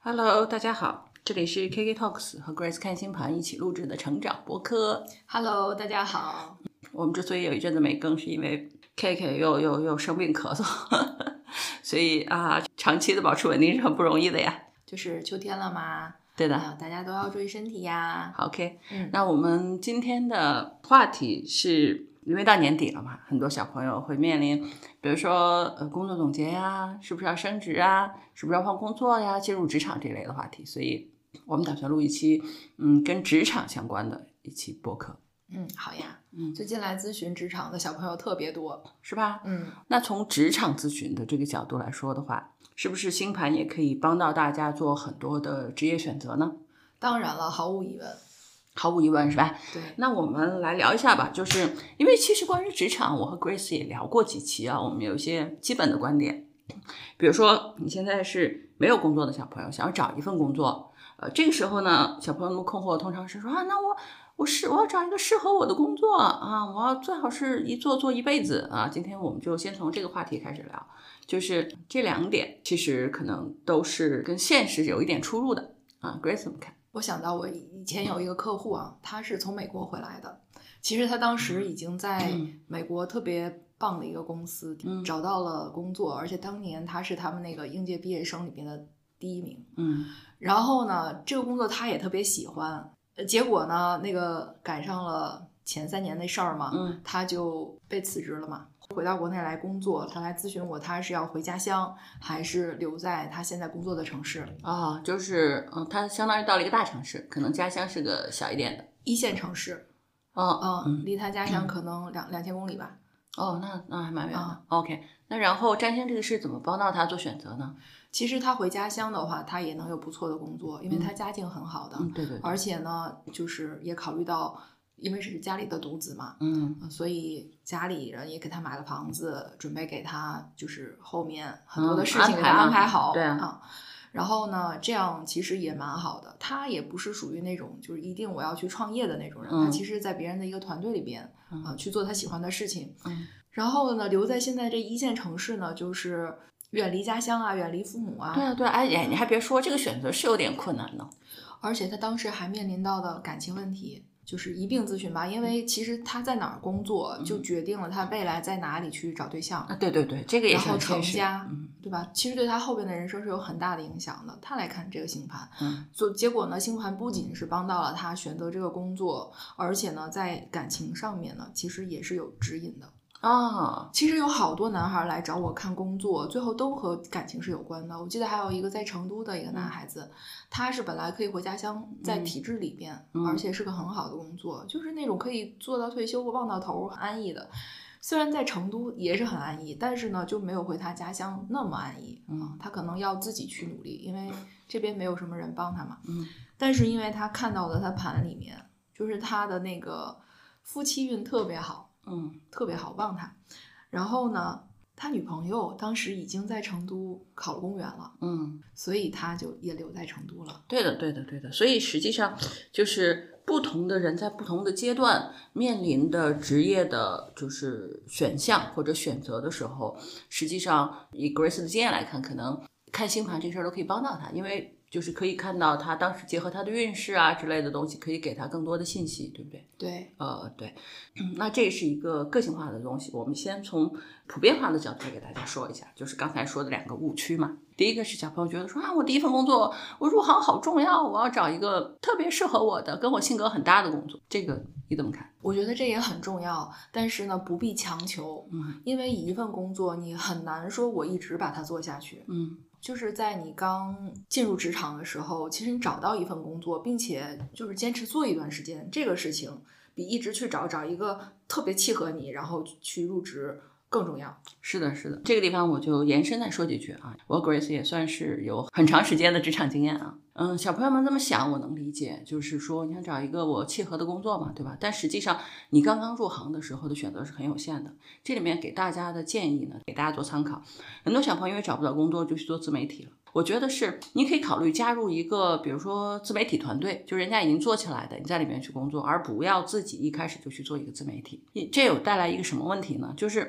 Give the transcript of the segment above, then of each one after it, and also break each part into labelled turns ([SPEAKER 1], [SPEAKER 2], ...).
[SPEAKER 1] Hello， 大家好，这里是 KK Talks 和 Grace 看星盘一起录制的成长播客。
[SPEAKER 2] Hello， 大家好。
[SPEAKER 1] 我们之所以有一阵子没更，是因为 KK 又生病咳嗽，所以长期的保持稳定是很不容易的呀。
[SPEAKER 2] 就是秋天了嘛，
[SPEAKER 1] 对的，
[SPEAKER 2] 大家都要注意身体呀。
[SPEAKER 1] 好 OK，那我们今天的话题是。因为到年底了嘛，很多小朋友会面临，比如说工作总结呀，是不是要升职啊，是不是要换工作呀，进入职场这类的话题，所以我们打算录一期跟职场相关的一期播客。
[SPEAKER 2] 好呀。最近来咨询职场的小朋友特别多，
[SPEAKER 1] 是吧？那从职场咨询的这个角度来说的话，是不是星盘也可以帮到大家做很多的职业选择呢？
[SPEAKER 2] 当然了，毫无疑问。
[SPEAKER 1] 毫无疑问是吧？
[SPEAKER 2] 对，
[SPEAKER 1] 那我们来聊一下吧，就是因为其实关于职场，我和 Grace 也聊过几期啊，我们有一些基本的观点，比如说你现在是没有工作的小朋友，想要找一份工作，这个时候呢，小朋友们困惑通常是说那我要找一个适合我的工作啊，我要最好是一做一辈子啊。今天我们就先从这个话题开始聊，就是这两点其实可能都是跟现实有一点出入的啊。Grace 怎么看？
[SPEAKER 2] 我想到我以前有一个客户啊，他是从美国回来的，其实他当时已经在美国特别棒的一个公司找到了工作，而且当年他是他们那个应届毕业生里边的第1名。然后呢，这个工作他也特别喜欢，结果呢，那个赶上了前3年那事儿嘛，他就被辞职了嘛。回到国内来工作，他来咨询我，他是要回家乡还是留在他现在工作的城市
[SPEAKER 1] 就是他相当于到了一个大城市，可能家乡是个小一点的
[SPEAKER 2] 1线城市离他家乡可能2000公里吧。
[SPEAKER 1] 那还蛮远的。OK， 那然后占星这个事怎么帮到他做选择呢？
[SPEAKER 2] 其实他回家乡的话，他也能有不错的工作，因为他家境很好的。
[SPEAKER 1] 对，
[SPEAKER 2] 而且呢，就是也考虑到因为是家里的独子嘛，所以家里人也给他买了房子，准备给他就是后面很多的事情给他安排好。
[SPEAKER 1] 对
[SPEAKER 2] 然后呢，这样其实也蛮好的。他也不是属于那种就是一定我要去创业的那种人，他其实在别人的一个团队里边去做他喜欢的事情。然后呢，留在现在这1线城市呢，就是远离家乡啊，远离父母啊。
[SPEAKER 1] 对，哎，你还别说，这个选择是有点困难的。
[SPEAKER 2] 而且他当时还面临到的感情问题，就是一并咨询吧，因为其实他在哪儿工作就决定了他未来在哪里去找对象。
[SPEAKER 1] 对，这个也是
[SPEAKER 2] 然后成家，对吧？其实对他后边的人生是有很大的影响的。他来看这个星盘，结果呢，星盘不仅是帮到了他选择这个工作，而且呢，在感情上面呢，其实也是有指引的。其实有好多男孩来找我看工作，最后都和感情是有关的。我记得还有一个在成都的一个男孩子，他是本来可以回家乡，在体制里边，而且是个很好的工作，就是那种可以做到退休望到头很安逸的。虽然在成都也是很安逸，但是呢就没有回他家乡那么安逸。他可能要自己去努力，因为这边没有什么人帮他嘛。但是因为他看到了他盘里面，就是他的那个夫妻运特别好。特别好帮他。然后呢，他女朋友当时已经在成都考了公务员了，所以他就也留在成都了。
[SPEAKER 1] 对的。所以实际上就是不同的人在不同的阶段面临的职业的就是选项或者选择的时候，实际上以 Grace 的经验来看，可能看星盘这事儿都可以帮到他，因为就是可以看到他当时结合他的运势啊之类的东西，可以给他更多的信息，对不对？
[SPEAKER 2] 对，
[SPEAKER 1] 对，那这是一个个性化的东西。我们先从普遍化的角度给大家说一下，就是刚才说的2个误区嘛。第一个是小朋友觉得说我第一份工作我入行好重要，我要找一个特别适合我的跟我性格很搭的工作，这个你怎么看？
[SPEAKER 2] 我觉得这也很重要，但是呢不必强求，因为一份工作你很难说我一直把它做下去。就是在你刚进入职场的时候，其实你找到一份工作，并且就是坚持做一段时间，这个事情比一直去找一个特别契合你然后去入职更重要。
[SPEAKER 1] 是的，这个地方我就延伸再说几句啊。我 Grace 也算是有很长时间的职场经验啊。小朋友们这么想我能理解，就是说你想找一个我契合的工作嘛，对吧？但实际上你刚刚入行的时候的选择是很有限的。这里面给大家的建议呢，给大家做参考。很多小朋友因为找不到工作就去做自媒体了，我觉得是你可以考虑加入一个比如说自媒体团队，就人家已经做起来的，你在里面去工作，而不要自己一开始就去做一个自媒体。这有带来一个什么问题呢？就是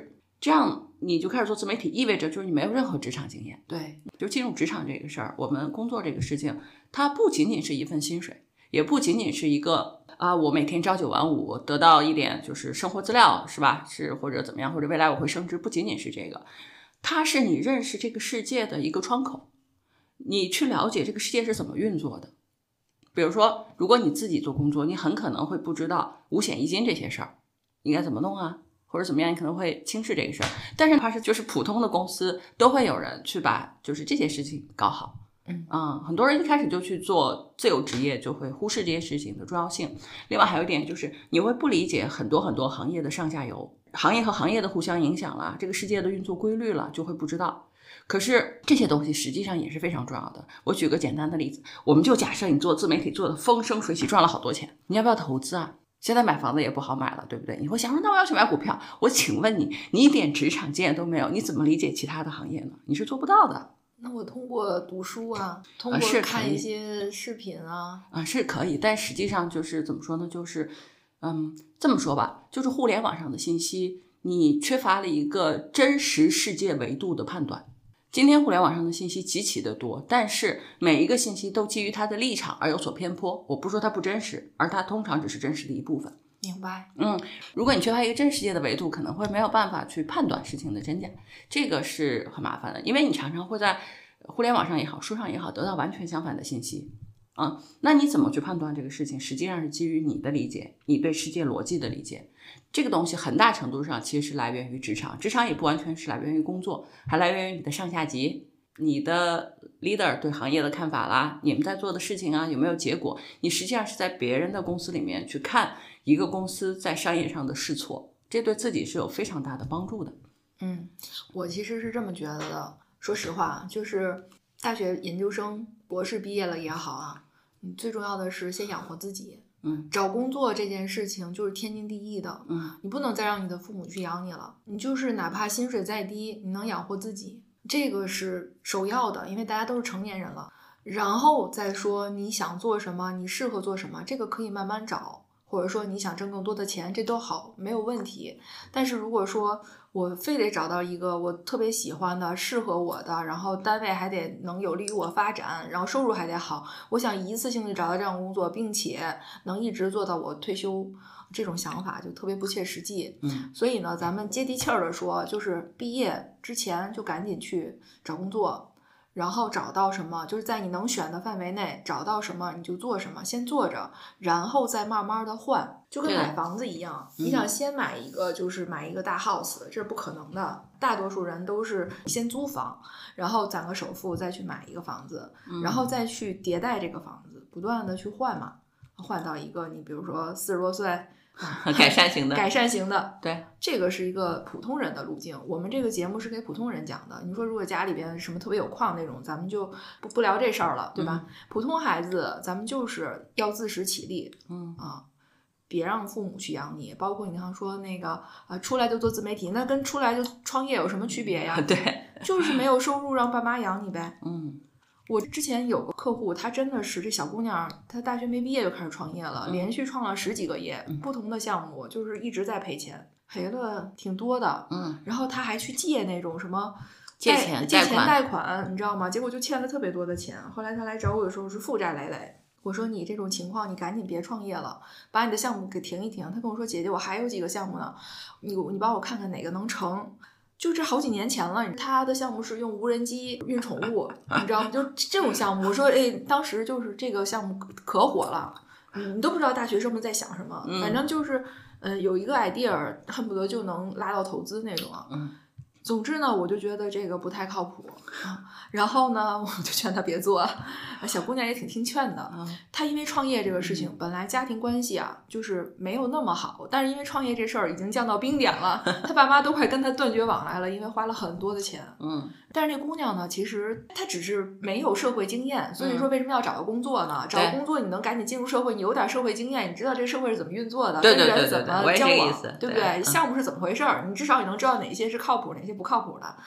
[SPEAKER 1] 这样你就开始做自媒体，意味着就是你没有任何职场经验。
[SPEAKER 2] 对，
[SPEAKER 1] 就进入职场这个事儿，我们工作这个事情，它不仅仅是一份薪水，也不仅仅是一个我每天朝9晚5得到一点就是生活资料，是吧？是或者怎么样，或者未来我会升职，不仅仅是这个，它是你认识这个世界的一个窗口，你去了解这个世界是怎么运作的。比如说，如果你自己做工作，你很可能会不知道五险一金这些事儿应该怎么弄啊，或者怎么样，你可能会轻视这个事儿。但是它是就是普通的公司都会有人去把就是这些事情搞好。很多人一开始就去做自由职业，就会忽视这些事情的重要性。另外还有一点就是你会不理解很多行业的上下游，行业和行业的互相影响了，这个世界的运作规律了，就会不知道。可是这些东西实际上也是非常重要的。我举个简单的例子，我们就假设你做自媒体做的风生水起，赚了好多钱，你要不要投资啊？现在买房子也不好买了，对不对？你会想说那我要去买股票，我请问你一点职场经验都没有，你怎么理解其他的行业呢？你是做不到的。
[SPEAKER 2] 那我通过读书啊，通过看一些视频啊，
[SPEAKER 1] 是可以，但实际上就是怎么说呢？就是这么说吧，就是互联网上的信息，你缺乏了一个真实世界维度的判断。今天互联网上的信息极其的多，但是每一个信息都基于它的立场而有所偏颇。我不说它不真实，而它通常只是真实的一部分。
[SPEAKER 2] 明白。
[SPEAKER 1] 如果你缺乏一个真实世界的维度，可能会没有办法去判断事情的真假，这个是很麻烦的，因为你常常会在互联网上也好，书上也好，得到完全相反的信息。那你怎么去判断这个事情？实际上是基于你的理解，你对世界逻辑的理解。这个东西很大程度上其实是来源于职场，职场也不完全是来源于工作，还来源于你的上下级，你的 leader 对行业的看法啦，你们在做的事情啊有没有结果。你实际上是在别人的公司里面去看一个公司在商业上的试错，这对自己是有非常大的帮助的。
[SPEAKER 2] 我其实是这么觉得的，说实话，就是大学研究生博士毕业了也好啊，你最重要的是先养活自己。找工作这件事情就是天经地义的。你不能再让你的父母去养你了，你就是哪怕薪水再低，你能养活自己，这个是首要的，因为大家都是成年人了。然后再说你想做什么，你适合做什么，这个可以慢慢找，或者说你想挣更多的钱，这都好，没有问题。但是如果说我非得找到一个我特别喜欢的、适合我的，然后单位还得能有利于我发展，然后收入还得好，我想一次性的找到这样工作，并且能一直做到我退休，这种想法就特别不切实际。所以呢，咱们接地气儿的说，就是毕业之前就赶紧去找工作。然后找到什么，就是在你能选的范围内找到什么你就做什么，先做着，然后再慢慢的换，就跟买房子一样。你想先买一个就是买一个大 house， 这是不可能的。大多数人都是先租房，然后攒个首付再去买一个房子，然后再去迭代这个房子，不断的去换嘛，换到一个你比如说40多岁
[SPEAKER 1] 改善型的，对，
[SPEAKER 2] 这个是一个普通人的路径。我们这个节目是给普通人讲的。你说如果家里边什么特别有矿那种，咱们就不聊这事儿了，对吧？普通孩子，咱们就是要自食其力，别让父母去养你。包括你刚说那个出来就做自媒体，那跟出来就创业有什么区别呀？
[SPEAKER 1] 对，
[SPEAKER 2] 就是没有收入让爸妈养你呗。我之前有个客户，她真的是这小姑娘，她大学没毕业就开始创业了，连续创了10几个业，不同的项目，就是一直在赔钱，赔了挺多的。然后她还去借那种什么借钱贷款，你知道吗？结果就欠了特别多的钱。后来她来找我的时候是负债累累。我说你这种情况，你赶紧别创业了，把你的项目给停一停。她跟我说姐姐，我还有几个项目呢，你帮我看看哪个能成。就这好几年前了，他的项目是用无人机运宠物，你知道吗？就这种项目，我说当时就是这个项目可火了，你都不知道大学生们在想什么，反正就是有一个 idea 恨不得就能拉到投资那种。总之呢，我就觉得这个不太靠谱然后呢，我就劝他别做。小姑娘也挺听劝的。她因为创业这个事情，本来家庭关系啊就是没有那么好，但是因为创业这事儿已经降到冰点了，她爸妈都快跟她断绝往来了，因为花了很多的钱。但是这姑娘呢，其实她只是没有社会经验，所以说为什么要找个工作呢？找个工作你能赶紧进入社会，你有点社会经验，你知道这个社会是怎么运作的，跟人怎么交往，对不对？项目是怎么回事，你至少你能知道哪些是靠谱，哪些不靠谱的。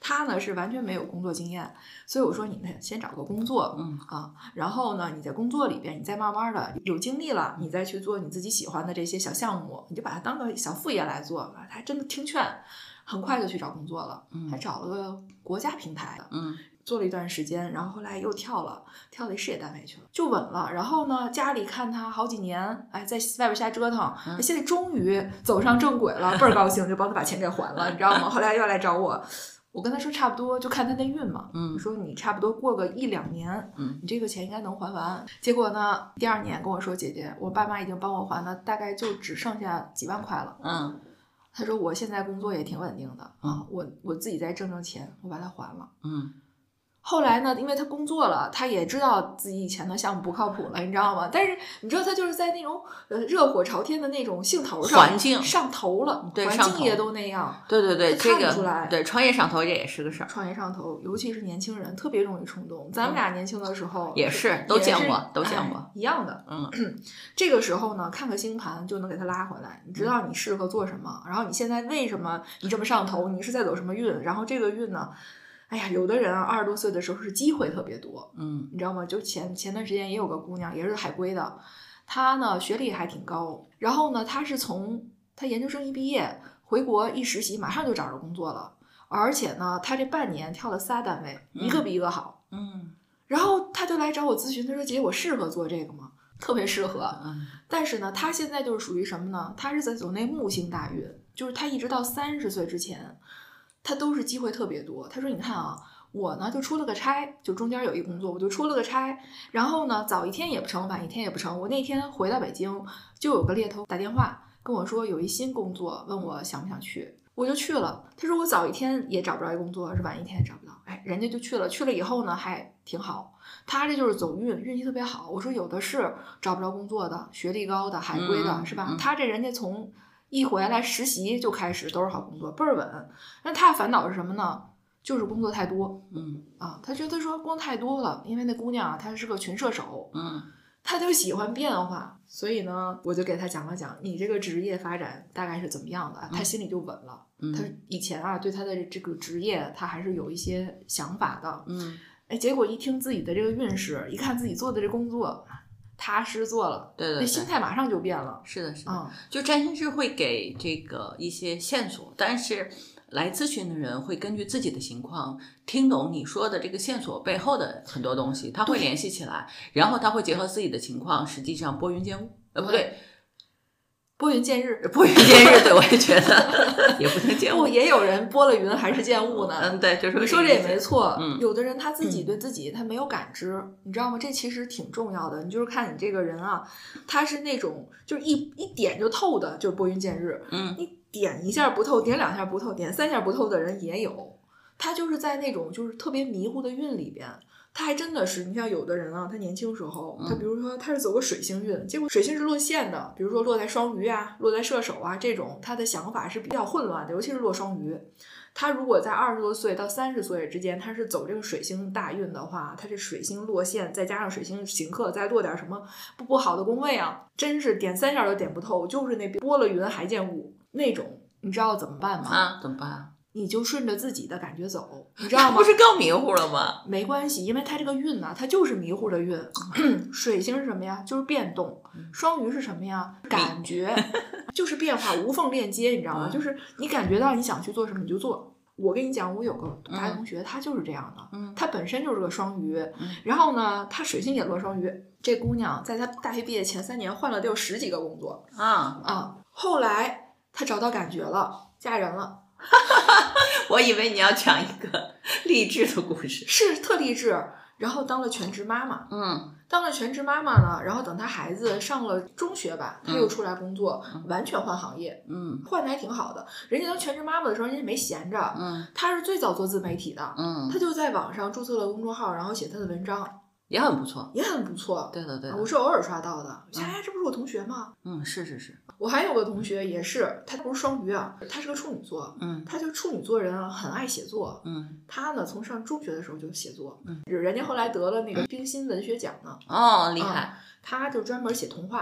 [SPEAKER 2] 他呢是完全没有工作经验，所以我说你呢先找个工作，然后呢你在工作里边，你再慢慢的有经历了，你再去做你自己喜欢的这些小项目，你就把它当个小副业来做。他还真的听劝，很快就去找工作了，还找了个国家平台的，做了一段时间，然后后来又跳了一事业单位去了，就稳了。然后呢，家里看他好几年，哎，在外边瞎折腾，现在终于走上正轨了，倍儿高兴，就帮他把钱给还了，你知道吗？后来又来找我。我跟他说差不多，就看他那运嘛。我说你差不多过个1-2年，你这个钱应该能还完。结果呢，第2年跟我说，姐姐，我爸妈已经帮我还了，大概就只剩下几万块了。他说我现在工作也挺稳定的啊，我自己再挣钱，我把它还了。后来呢，因为他工作了，他也知道自己以前的项目不靠谱了，你知道吗？但是你知道他就是在那种热火朝天的那种兴头上，
[SPEAKER 1] 环境
[SPEAKER 2] 上头了，
[SPEAKER 1] 对，
[SPEAKER 2] 环境也都那样。
[SPEAKER 1] 对，
[SPEAKER 2] 看得出来，
[SPEAKER 1] 对，创业上头这也是个事儿。
[SPEAKER 2] 创业上头，尤其是年轻人，特别容易冲动。咱们俩年轻的时候
[SPEAKER 1] 也是都见过，
[SPEAKER 2] 一样的。这个时候呢，看个星盘就能给他拉回来，你知道你适合做什么，然后你现在为什么你这么上头，你是在走什么运，然后这个运呢？哎呀，有的人啊，20多岁的时候是机会特别多，你知道吗？就前段时间也有个姑娘，也是海归的，她呢学历还挺高，然后呢，她是从她研究生一毕业回国一实习，马上就找着工作了，而且呢，她这半年跳了3单位，一个比一个好，然后她就来找我咨询，她说：“姐，我适合做这个吗？”特别适合，但是呢，她现在就是属于什么呢？她是在走那木星大运，就是她一直到30岁之前。他都是机会特别多。他说：“你看啊，我呢就出了个差，就中间有一工作，我就出了个差，然后呢早一天也不成，晚一天也不成。我那天回到北京，就有个猎头打电话跟我说有一新工作，问我想不想去，我就去了。他说我早一天也找不着一工作，是晚一天也找不到。哎，人家就去了，去了以后呢还挺好。他这就是走运气特别好。我说有的是找不着工作的，学历高的，海归的，是吧？他这人家从一回来实习就开始都是好工作，倍儿稳。那他的烦恼是什么呢？就是工作太多。他觉得说工太多了，因为那姑娘啊，她是个群射手，她就喜欢变化。所以呢，我就给她讲了讲你这个职业发展大概是怎么样的，她心里就稳了。她以前啊，对她的这个职业，她还是有一些想法的。结果一听自己的这个运势，一看自己做的这工作，踏实做了，
[SPEAKER 1] 对，
[SPEAKER 2] 那心态马上就变了。
[SPEAKER 1] 是的，就占星师会给这个一些线索，但是来咨询的人会根据自己的情况听懂你说的这个线索背后的很多东西，他会联系起来，然后他会结合自己的情况，实际上拨云见雾。不对，
[SPEAKER 2] 拨云见日，
[SPEAKER 1] 对，我也觉得也不能见雾，
[SPEAKER 2] 也有人拨了云还是见雾呢。
[SPEAKER 1] 对，就是
[SPEAKER 2] 你说这也没错。有的人他自己对自己他没有感知，你知道吗？这其实挺重要的。你就是看你这个人啊，他是那种就是一点就透的，就是拨云见日。你点一下不透，点2下不透，点3下不透的人也有。他就是在那种就是特别迷糊的运里边。他还真的是，你像有的人啊，他年轻时候，他比如说他是走个水星运，结果水星是落线的，比如说落在双鱼啊，落在射手啊，这种他的想法是比较混乱的，尤其是落双鱼。他如果在20多岁到30岁之间，他是走这个水星大运的话，他这水星落线，再加上水星刑克，再落点什么不好的宫位啊，真是点3下都点不透，就是那拨了云还见雾那种。你知道怎么办吗？
[SPEAKER 1] 怎么办？
[SPEAKER 2] 你就顺着自己的感觉走，你知道吗？
[SPEAKER 1] 不是更迷糊了吗？
[SPEAKER 2] 没关系，因为它这个运呢，它就是迷糊的运。水星是什么呀？就是变动。双鱼是什么呀？感觉，就是变化，无缝链接，你知道吗？就是你感觉到你想去做什么你就做。我跟你讲，我有个大学同学，他就是这样的。他本身就是个双鱼，然后呢，他水星也落双鱼。这姑娘在她大学毕业前3年换了得有10几个工作后来她找到感觉了，嫁人了。
[SPEAKER 1] 我以为你要讲一个励志的故事，
[SPEAKER 2] 是特励志。然后当了全职妈妈，当了全职妈妈呢，然后等她孩子上了中学吧，她又出来工作，完全换行业，换的还挺好的。人家当全职妈妈的时候，人家没闲着，她是最早做自媒体的，她就在网上注册了公众号，然后写她的文章。
[SPEAKER 1] 也很不错，
[SPEAKER 2] 也很不错。
[SPEAKER 1] 对的，
[SPEAKER 2] 我是偶尔刷到的。哎，这不是我同学吗？
[SPEAKER 1] 是。
[SPEAKER 2] 我还有个同学也是，他不是双鱼啊，他是个处女座。他就处女座人啊，很爱写作。他呢从上中学的时候就写作。人家后来得了那个冰心文学奖呢。
[SPEAKER 1] 厉害。
[SPEAKER 2] 他就专门写童话。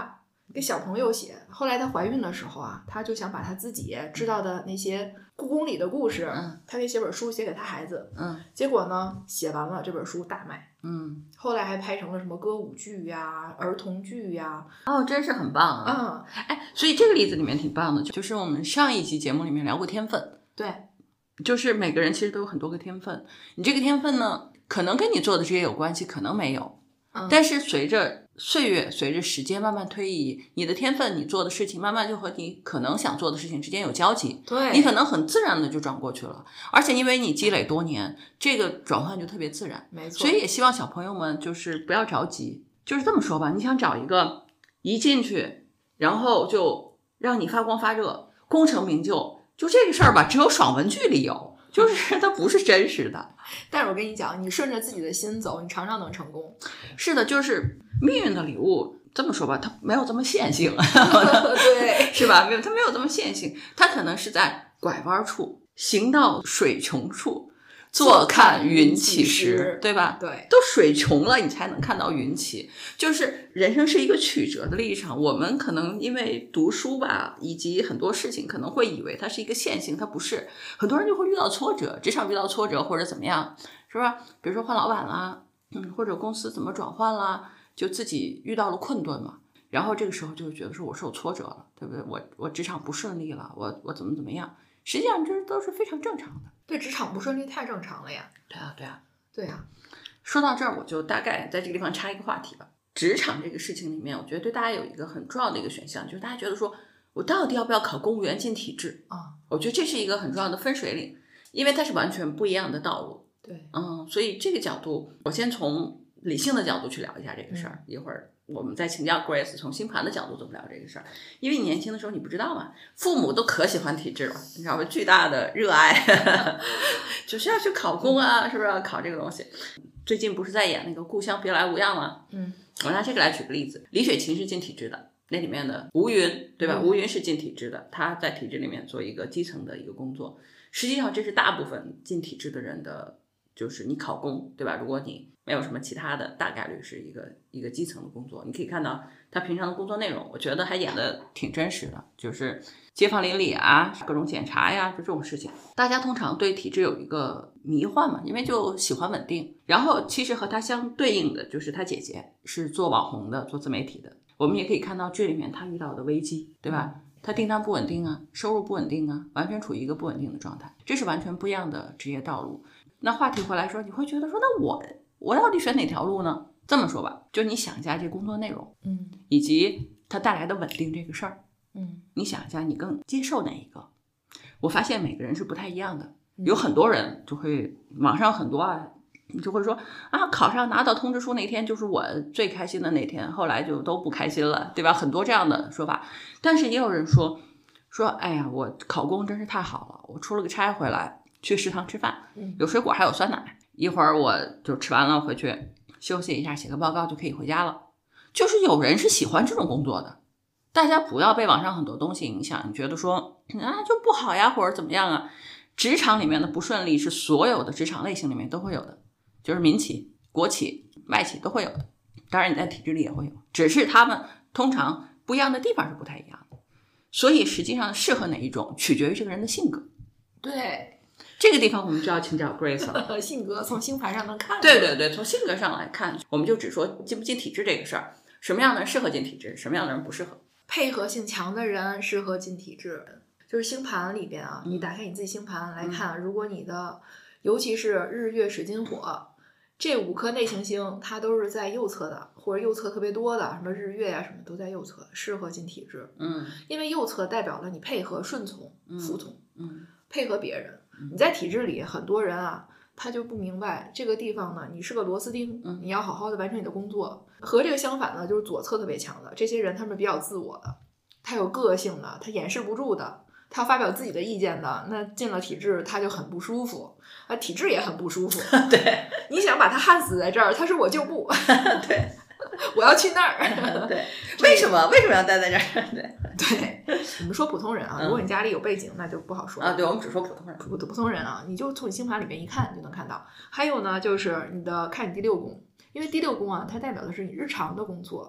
[SPEAKER 2] 给小朋友写。后来她怀孕的时候啊，她就想把她自己知道的那些故宫里的故事，她可以写本书写给她孩子。结果呢，写完了这本书大卖。后来还拍成了什么歌舞剧呀、儿童剧呀。
[SPEAKER 1] 哦，真是很棒啊！所以这个例子里面挺棒的，就是我们上一期节目里面聊过天分。
[SPEAKER 2] 对，
[SPEAKER 1] 就是每个人其实都有很多个天分，你这个天分呢，可能跟你做的这些有关系，可能没有。但是随着岁月，随着时间慢慢推移，你的天分，你做的事情慢慢就和你可能想做的事情之间有交集，
[SPEAKER 2] 对，
[SPEAKER 1] 你可能很自然的就转过去了，而且因为你积累多年，这个转换就特别自然。
[SPEAKER 2] 没错。
[SPEAKER 1] 所以也希望小朋友们就是不要着急，就是这么说吧，你想找一个一进去然后就让你发光发热功成名就这个事儿吧，只有爽文剧里有，就是它不是真实的。
[SPEAKER 2] 但是我跟你讲，你顺着自己的心走，你常常能成功。
[SPEAKER 1] 是的，就是命运的礼物，这么说吧，它没有这么线性。
[SPEAKER 2] 对，
[SPEAKER 1] 是吧？它没有这么线性，它可能是在拐弯处，行到水穷处，坐看云起时，对吧？
[SPEAKER 2] 对，
[SPEAKER 1] 都水穷了，你才能看到云起。就是人生是一个曲折的历程，我们可能因为读书吧，以及很多事情可能会以为它是一个线性，它不是。很多人就会遇到挫折，职场遇到挫折或者怎么样，是吧？比如说换老板啦，或者公司怎么转换啦，就自己遇到了困顿嘛。然后这个时候就会觉得说我受挫折了，对不对？我职场不顺利了，我怎么样？实际上这都是非常正常的。
[SPEAKER 2] 对，职场不顺利太正常了呀。对啊。
[SPEAKER 1] 说到这儿，我就大概在这个地方插一个话题吧。职场这个事情里面，我觉得对大家有一个很重要的一个选项，就是大家觉得说我到底要不要考公务员进体制啊？我觉得这是一个很重要的分水岭，因为它是完全不一样的道路。
[SPEAKER 2] 对，
[SPEAKER 1] 所以这个角度，我先从理性的角度去聊一下这个事儿，一会儿我们再请教 Grace 从星盘的角度怎么聊这个事儿。因为你年轻的时候你不知道嘛，父母都可喜欢体制了，你知道吧？巨大的热爱就是要去考公啊，是不是要考这个东西？最近不是在演那个《故乡别来无恙》吗？我拿这个来举个例子，李雪琴是进体制的，那里面的吴云，对吧？吴云是进体制的，他在体制里面做一个基层的一个工作。实际上这是大部分进体制的人的，就是你考公，对吧？如果你没有什么其他的，大概率是一个基层的工作。你可以看到他平常的工作内容，我觉得还演的挺真实的，就是街坊邻里啊，各种检查呀，就这种事情。大家通常对体制有一个迷幻嘛，因为就喜欢稳定。然后其实和他相对应的就是他姐姐是做网红的，做自媒体的。我们也可以看到剧里面他遇到的危机，对吧？他订单不稳定啊，收入不稳定啊，完全处于一个不稳定的状态，这是完全不一样的职业道路。那话题回来说，你会觉得说，那我到底选哪条路呢？这么说吧，就你想一下这工作内容，以及它带来的稳定这个事儿，你想一下你更接受哪一个？我发现每个人是不太一样的，有很多人就会网上很多啊，就会说啊，考上拿到通知书那天就是我最开心的那天，后来就都不开心了，对吧？很多这样的说法。但是也有人说，哎呀，我考公真是太好了，我出了个差回来去食堂吃饭，有水果还有酸奶，一会儿我就吃完了回去休息一下，写个报告就可以回家了。就是有人是喜欢这种工作的，大家不要被网上很多东西影响，你觉得说啊就不好呀，或者怎么样啊。职场里面的不顺利是所有的职场类型里面都会有的，就是民企、国企、外企都会有的，当然你在体制里也会有，只是他们通常不一样的地方是不太一样的。所以实际上适合哪一种取决于这个人的性格。
[SPEAKER 2] 对，
[SPEAKER 1] 这个地方我们就要请教 Grace 了。
[SPEAKER 2] 性格从星盘上能看。
[SPEAKER 1] 对，从性格上来看，我们就只说进不进体制这个事儿，什么样的人适合进体制，什么样的人不适合。
[SPEAKER 2] 配合性强的人适合进体制。就是星盘里边啊，你打开你自己星盘来看，如果你的尤其是日月水金火这5颗内行星，它都是在右侧的，或者右侧特别多的，什么日月啊什么都在右侧，适合进体制。因为右侧代表了你配合、顺从、服从，配合别人。你在体制里，很多人啊，他就不明白这个地方呢，你是个螺丝钉，你要好好的完成你的工作。和这个相反呢，就是左侧特别强的这些人，他们比较自我的，他有个性的，他掩饰不住的。他要发表自己的意见的，那进了体制他就很不舒服，体制也很不舒服。
[SPEAKER 1] 对，
[SPEAKER 2] 你想把他焊死在这儿，他说我就不，
[SPEAKER 1] 对，
[SPEAKER 2] 我要去那儿。
[SPEAKER 1] 对，为什么要待在这儿？
[SPEAKER 2] 对，你们说普通人啊，如果你家里有背景，那就不好说
[SPEAKER 1] 啊。对，我们只说普通人。
[SPEAKER 2] 普通人啊，你就从你星盘里面一看就能看到。还有呢，就是看你第6宫，因为第6宫啊，它代表的是你日常的工作。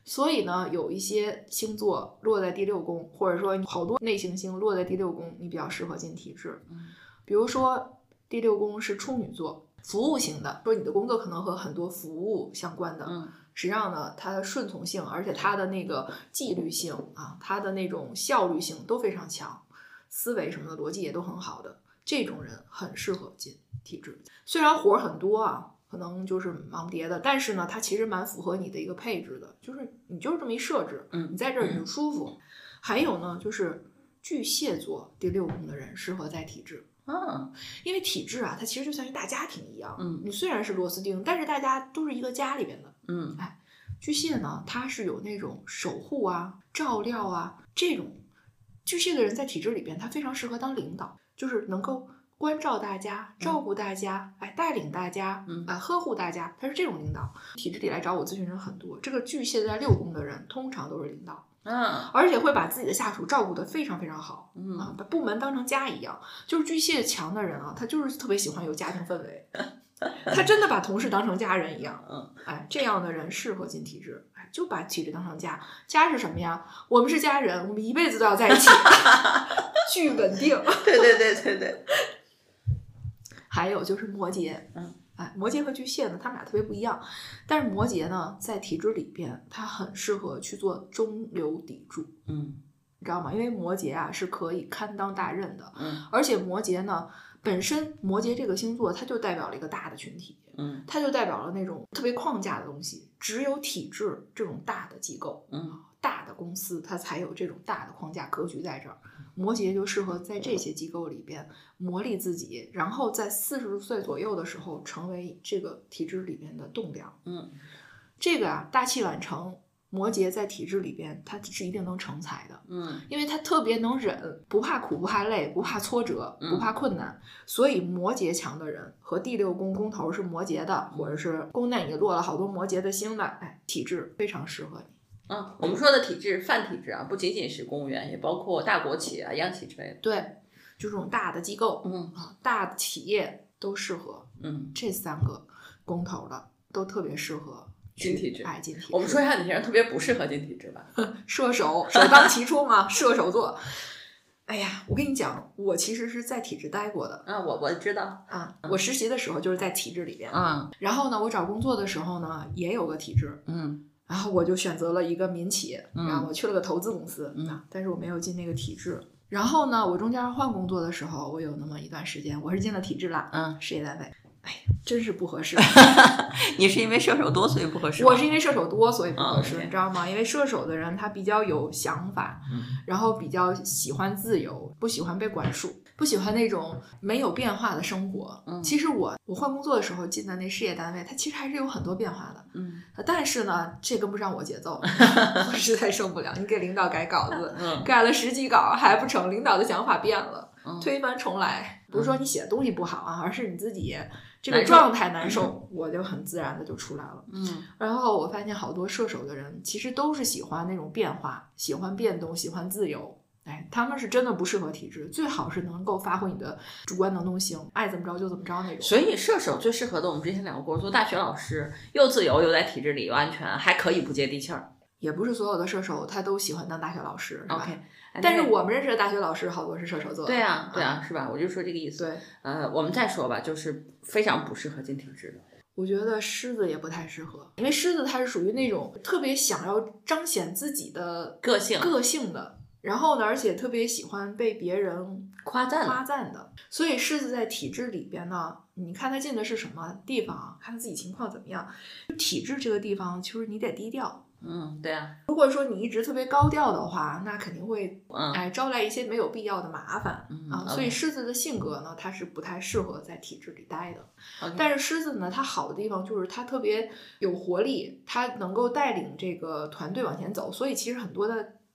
[SPEAKER 2] 所以呢，有一些星座落在第6宫，或者说好多内行星落在第6宫，你比较适合进体制。比如说第6宫是处女座，服务型的，说你的工作可能和很多服务相关的。实际上呢，它的顺从性，而且它的那个纪律性啊，它的那种效率性都非常强，思维什么的逻辑也都很好的，这种人很适合进体制。虽然活很多啊，可能就是忙不迭的，但是呢，它其实蛮符合你的一个配置的，就是你就是这么一设置，你在这儿你就舒服。还有呢，就是巨蟹座第6宫的人适合在体制。因为体制啊，它其实就像一大家庭一样。你虽然是螺丝钉，但是大家都是一个家里边的。巨蟹呢，它是有那种守护啊、照料啊这种。巨蟹的人在体制里边，他非常适合当领导，就是能够关照大家、照顾大家、带领大家、呵护大家，他是这种领导。体制里来找我咨询人很多，这个巨蟹在6宫的人通常都是领导。而且会把自己的下属照顾得非常非常好。把部门当成家一样。就是巨蟹强的人啊，他就是特别喜欢有家庭氛围，他真的把同事当成家人一样。这样的人适合进体制。就把体制当成家。家是什么呀？我们是家人，我们一辈子都要在一起。巨稳定。
[SPEAKER 1] 对。
[SPEAKER 2] 还有就是摩羯。摩羯和巨蟹呢，他们俩特别不一样。但是摩羯呢，在体制里边，他很适合去做中流砥柱。你知道吗？因为摩羯啊是可以堪当大任的。而且摩羯呢，本身摩羯这个星座，它就代表了一个大的群体。它就代表了那种特别框架的东西。只有体制这种大的机构，大的公司，它才有这种大的框架格局在这儿。摩羯就适合在这些机构里边磨砺自己，然后在40岁左右的时候成为这个体制里边的栋梁。这个啊，大器晚成。摩羯在体制里边，他是一定能成才的。因为他特别能忍，不怕苦，不怕累，不怕挫折，不怕困难。所以摩羯强的人和第6宫宫头是摩羯的，或者是宫内也落了好多摩羯的星的，体制非常适合你。
[SPEAKER 1] 我们说的体制泛体制啊，不仅仅是公务员，也包括大国企啊、央企之类的。
[SPEAKER 2] 对，就这种大的机构，大的企业都适合。这3个宫头的都特别适合
[SPEAKER 1] 进体制。
[SPEAKER 2] 进体制。
[SPEAKER 1] 我们说一下哪些人特别不适合进体制吧。
[SPEAKER 2] 射手，首当其冲啊，射手座。哎呀，我跟你讲，我其实是在体制待过的。
[SPEAKER 1] 我知道
[SPEAKER 2] 我实习的时候就是在体制里边。然后呢，我找工作的时候呢，也有个体制。然后我就选择了一个民企，然后我去了个投资公司。但是我没有进那个体制。然后呢，我中间换工作的时候，我有那么一段时间，我是进了体制了。事业单位。真是不合适。
[SPEAKER 1] 你是因为射手多所以不合适？
[SPEAKER 2] 我是因为射手多所以不合适。你知道吗？因为射手的人他比较有想法，然后比较喜欢自由，不喜欢被管束，不喜欢那种没有变化的生活。其实我换工作的时候进的那事业单位，它其实还是有很多变化的。但是呢，这跟不上我节奏。我实在受不了。你给领导改稿子，改了10几稿还不成，领导的想法变了，推翻重来。不是说你写的东西不好啊，而是你自己这个状态难受。我就很自然的就出来了。然后我发现好多射手的人其实都是喜欢那种变化，喜欢变动，喜欢自由。他们是真的不适合体制，最好是能够发挥你的主观能动性，爱怎么着就怎么着那种。
[SPEAKER 1] 所以射手最适合的，我们之前聊过，做大学老师，又自由又在体制里又安全，还可以不接地气儿。
[SPEAKER 2] 也不是所有的射手他都喜欢当大学老师，是吧？OK。但是我们认识的大学老师好多是射手座。
[SPEAKER 1] 对啊，是吧？我就说这个意思。
[SPEAKER 2] 对。
[SPEAKER 1] 我们再说吧，就是非常不适合进体制的。
[SPEAKER 2] 我觉得狮子也不太适合，因为狮子它是属于那种特别想要彰显自己的个性的，然后呢，而且特别喜欢被别人夸赞的。所以狮子在体制里边呢，你看他进的是什么地方，看他自己情况怎么样。体制这个地方其实你得低调。
[SPEAKER 1] 对啊。
[SPEAKER 2] 如果说你一直特别高调的话，那肯定会招来一些没有必要的麻烦。所以狮子的性格呢，它是不太适合在体制里待的。但是狮子呢，它好的地方就是它特别有活力，它能够带领这个团队往前走。所以其实很多的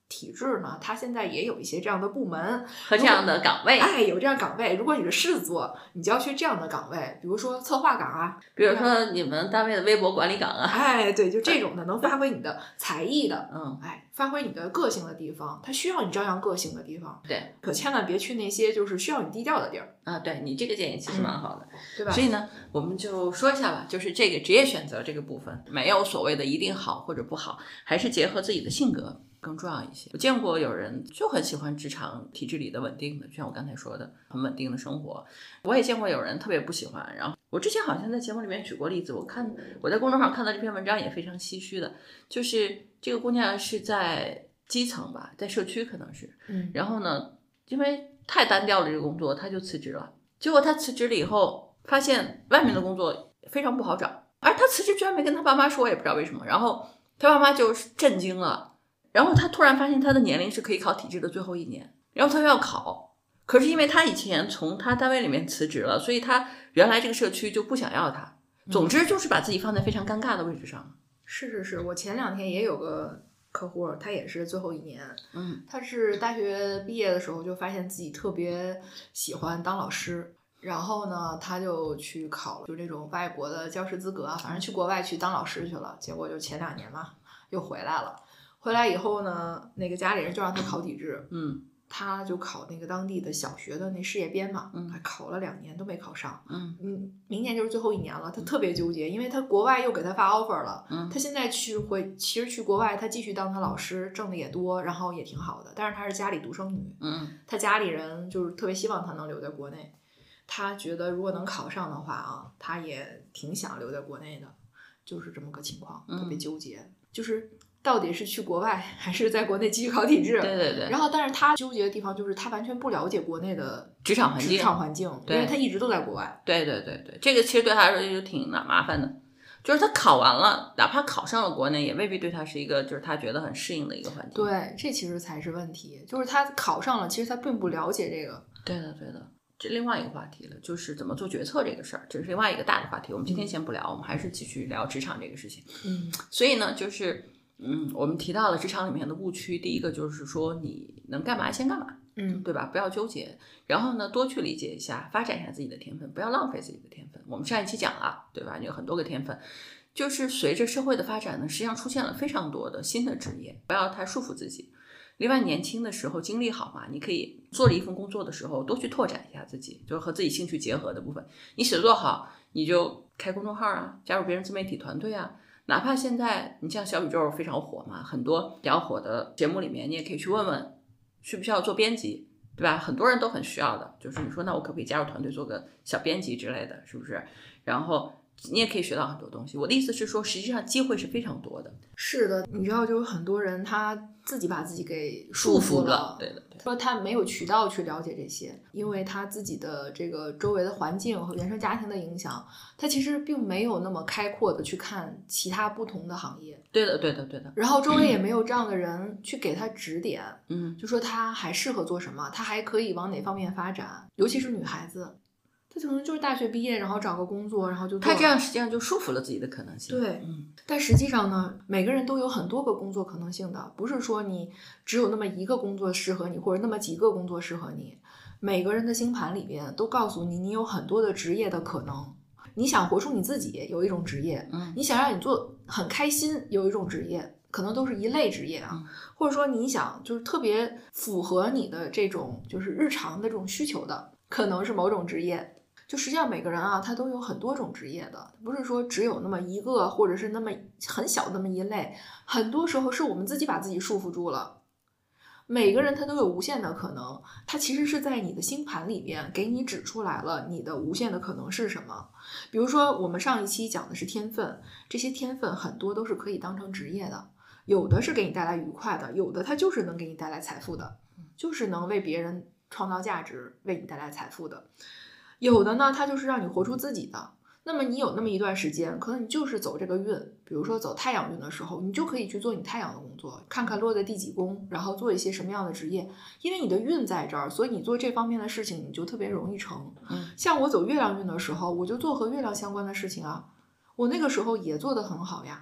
[SPEAKER 2] 体制呢，它现在也有一些这样的部门
[SPEAKER 1] 和这样的岗位，
[SPEAKER 2] 有这样岗位。如果你是狮子座，你就要去这样的岗位，比如说策划岗啊，
[SPEAKER 1] 比如说你们单位的微博管理岗啊，
[SPEAKER 2] 对，就这种的能发挥你的才艺的，发挥你的个性的地方，它需要你张扬个性的地方，
[SPEAKER 1] 对，
[SPEAKER 2] 可千万别去那些就是需要你低调的地儿
[SPEAKER 1] 啊。对，你这个建议其实蛮好的，
[SPEAKER 2] 对吧？
[SPEAKER 1] 所以呢，我们就说一下吧，就是这个职业选择这个部分，没有所谓的一定好或者不好，还是结合自己的性格更重要一些。我见过有人就很喜欢职场体制里的稳定的，就像我刚才说的很稳定的生活，我也见过有人特别不喜欢。然后我之前好像在节目里面举过例子，我在公众号看到这篇文章也非常唏嘘的，就是这个姑娘是在基层吧，在社区可能是，然后呢，因为太单调了这个工作，她就辞职了。结果她辞职了以后，发现外面的工作非常不好找，而她辞职居然没跟她爸妈说，也不知道为什么。然后她爸妈就震惊了，然后她突然发现她的年龄是可以考体制的最后1年，然后她又要考，可是因为她以前从她单位里面辞职了，所以她原来这个社区就不想要她。总之就是把自己放在非常尴尬的位置上。
[SPEAKER 2] 是，我前2天也有个客户，他也是最后1年，他是大学毕业的时候就发现自己特别喜欢当老师，然后呢他就去考就这种外国的教师资格，反正去国外去当老师去了，结果就前2年嘛又回来了。回来以后呢，那个家里人就让他考体制，他就考那个当地的小学的那事业编嘛，他考了2年都没考上，明年就是最后1年了，他特别纠结，因为他国外又给他发 offer 了，他现在其实去国外，他继续当他老师，挣的也多，然后也挺好的，但是他是家里独生女，他家里人就是特别希望他能留在国内，他觉得如果能考上的话啊，他也挺想留在国内的，就是这么个情况，特别纠结，就是到底是去国外还是在国内继续考体制？
[SPEAKER 1] 对。
[SPEAKER 2] 然后，但是他纠结的地方就是他完全不了解国内的
[SPEAKER 1] 职场环境，
[SPEAKER 2] 因为他一直都在国外。
[SPEAKER 1] 对，这个其实对他来说就挺麻烦的。就是他考完了，哪怕考上了国内，也未必对他是一个就是他觉得很适应的一个环境。
[SPEAKER 2] 对，这其实才是问题，就是他考上了，其实他并不了解这个。
[SPEAKER 1] 对的。这另外一个话题了，就是怎么做决策这个事儿，这是另外一个大的话题。我们今天先不聊，我们还是继续聊职场这个事情。所以呢，就是我们提到了职场里面的误区，第一个就是说你能干嘛先干嘛，对吧？不要纠结，然后呢，多去理解一下，发展一下自己的天分，不要浪费自己的天分。我们上一期讲了，对吧？你有很多个天分，就是随着社会的发展呢，实际上出现了非常多的新的职业，不要太束缚自己。另外，年轻的时候精力好嘛，你可以做了一份工作的时候，多去拓展一下自己，就是和自己兴趣结合的部分。你写作好，你就开公众号啊，加入别人自媒体团队啊。哪怕现在你像小宇宙非常火嘛，很多比较火的节目里面，你也可以去问问需不需要做编辑，对吧？很多人都很需要的，就是你说那我可不可以加入团队做个小编辑之类的，是不是？然后你也可以学到很多东西。我的意思是说，实际上机会是非常多的。
[SPEAKER 2] 是的，你知道，就有很多人他自己把自己给束缚了，
[SPEAKER 1] 对的，
[SPEAKER 2] 说他没有渠道去了解这些，因为他自己的这个周围的环境和原生家庭的影响，他其实并没有那么开阔的去看其他不同的行业。
[SPEAKER 1] 对的。
[SPEAKER 2] 然后周围也没有这样的人去给他指点，就说他还适合做什么，他还可以往哪方面发展，尤其是女孩子。他可能就是大学毕业，然后找个工作，然后就做。
[SPEAKER 1] 他这样实际上就束缚了自己的可能性。
[SPEAKER 2] 对，但实际上呢，每个人都有很多个工作可能性的，不是说你只有那么一个工作适合你，或者那么几个工作适合你。每个人的星盘里边都告诉你，你有很多的职业的可能。你想活出你自己，有一种职业；你想让你做很开心，有一种职业，可能都是一类职业啊。或者说你想就是特别符合你的这种就是日常的这种需求的，可能是某种职业。就实际上每个人啊，他都有很多种职业的，不是说只有那么一个，或者是那么很小那么一类，很多时候是我们自己把自己束缚住了。每个人他都有无限的可能，他其实是在你的星盘里面给你指出来了你的无限的可能是什么。比如说我们上一期讲的是天分，这些天分很多都是可以当成职业的，有的是给你带来愉快的，有的它就是能给你带来财富的，就是能为别人创造价值，为你带来财富的。有的呢，它就是让你活出自己的。那么你有那么一段时间，可能你就是走这个运，比如说走太阳运的时候，你就可以去做你太阳的工作，看看落在第几宫，然后做一些什么样的职业。因为你的运在这儿，所以你做这方面的事情你就特别容易成。像我走月亮运的时候，我就做和月亮相关的事情啊，我那个时候也做得很好呀。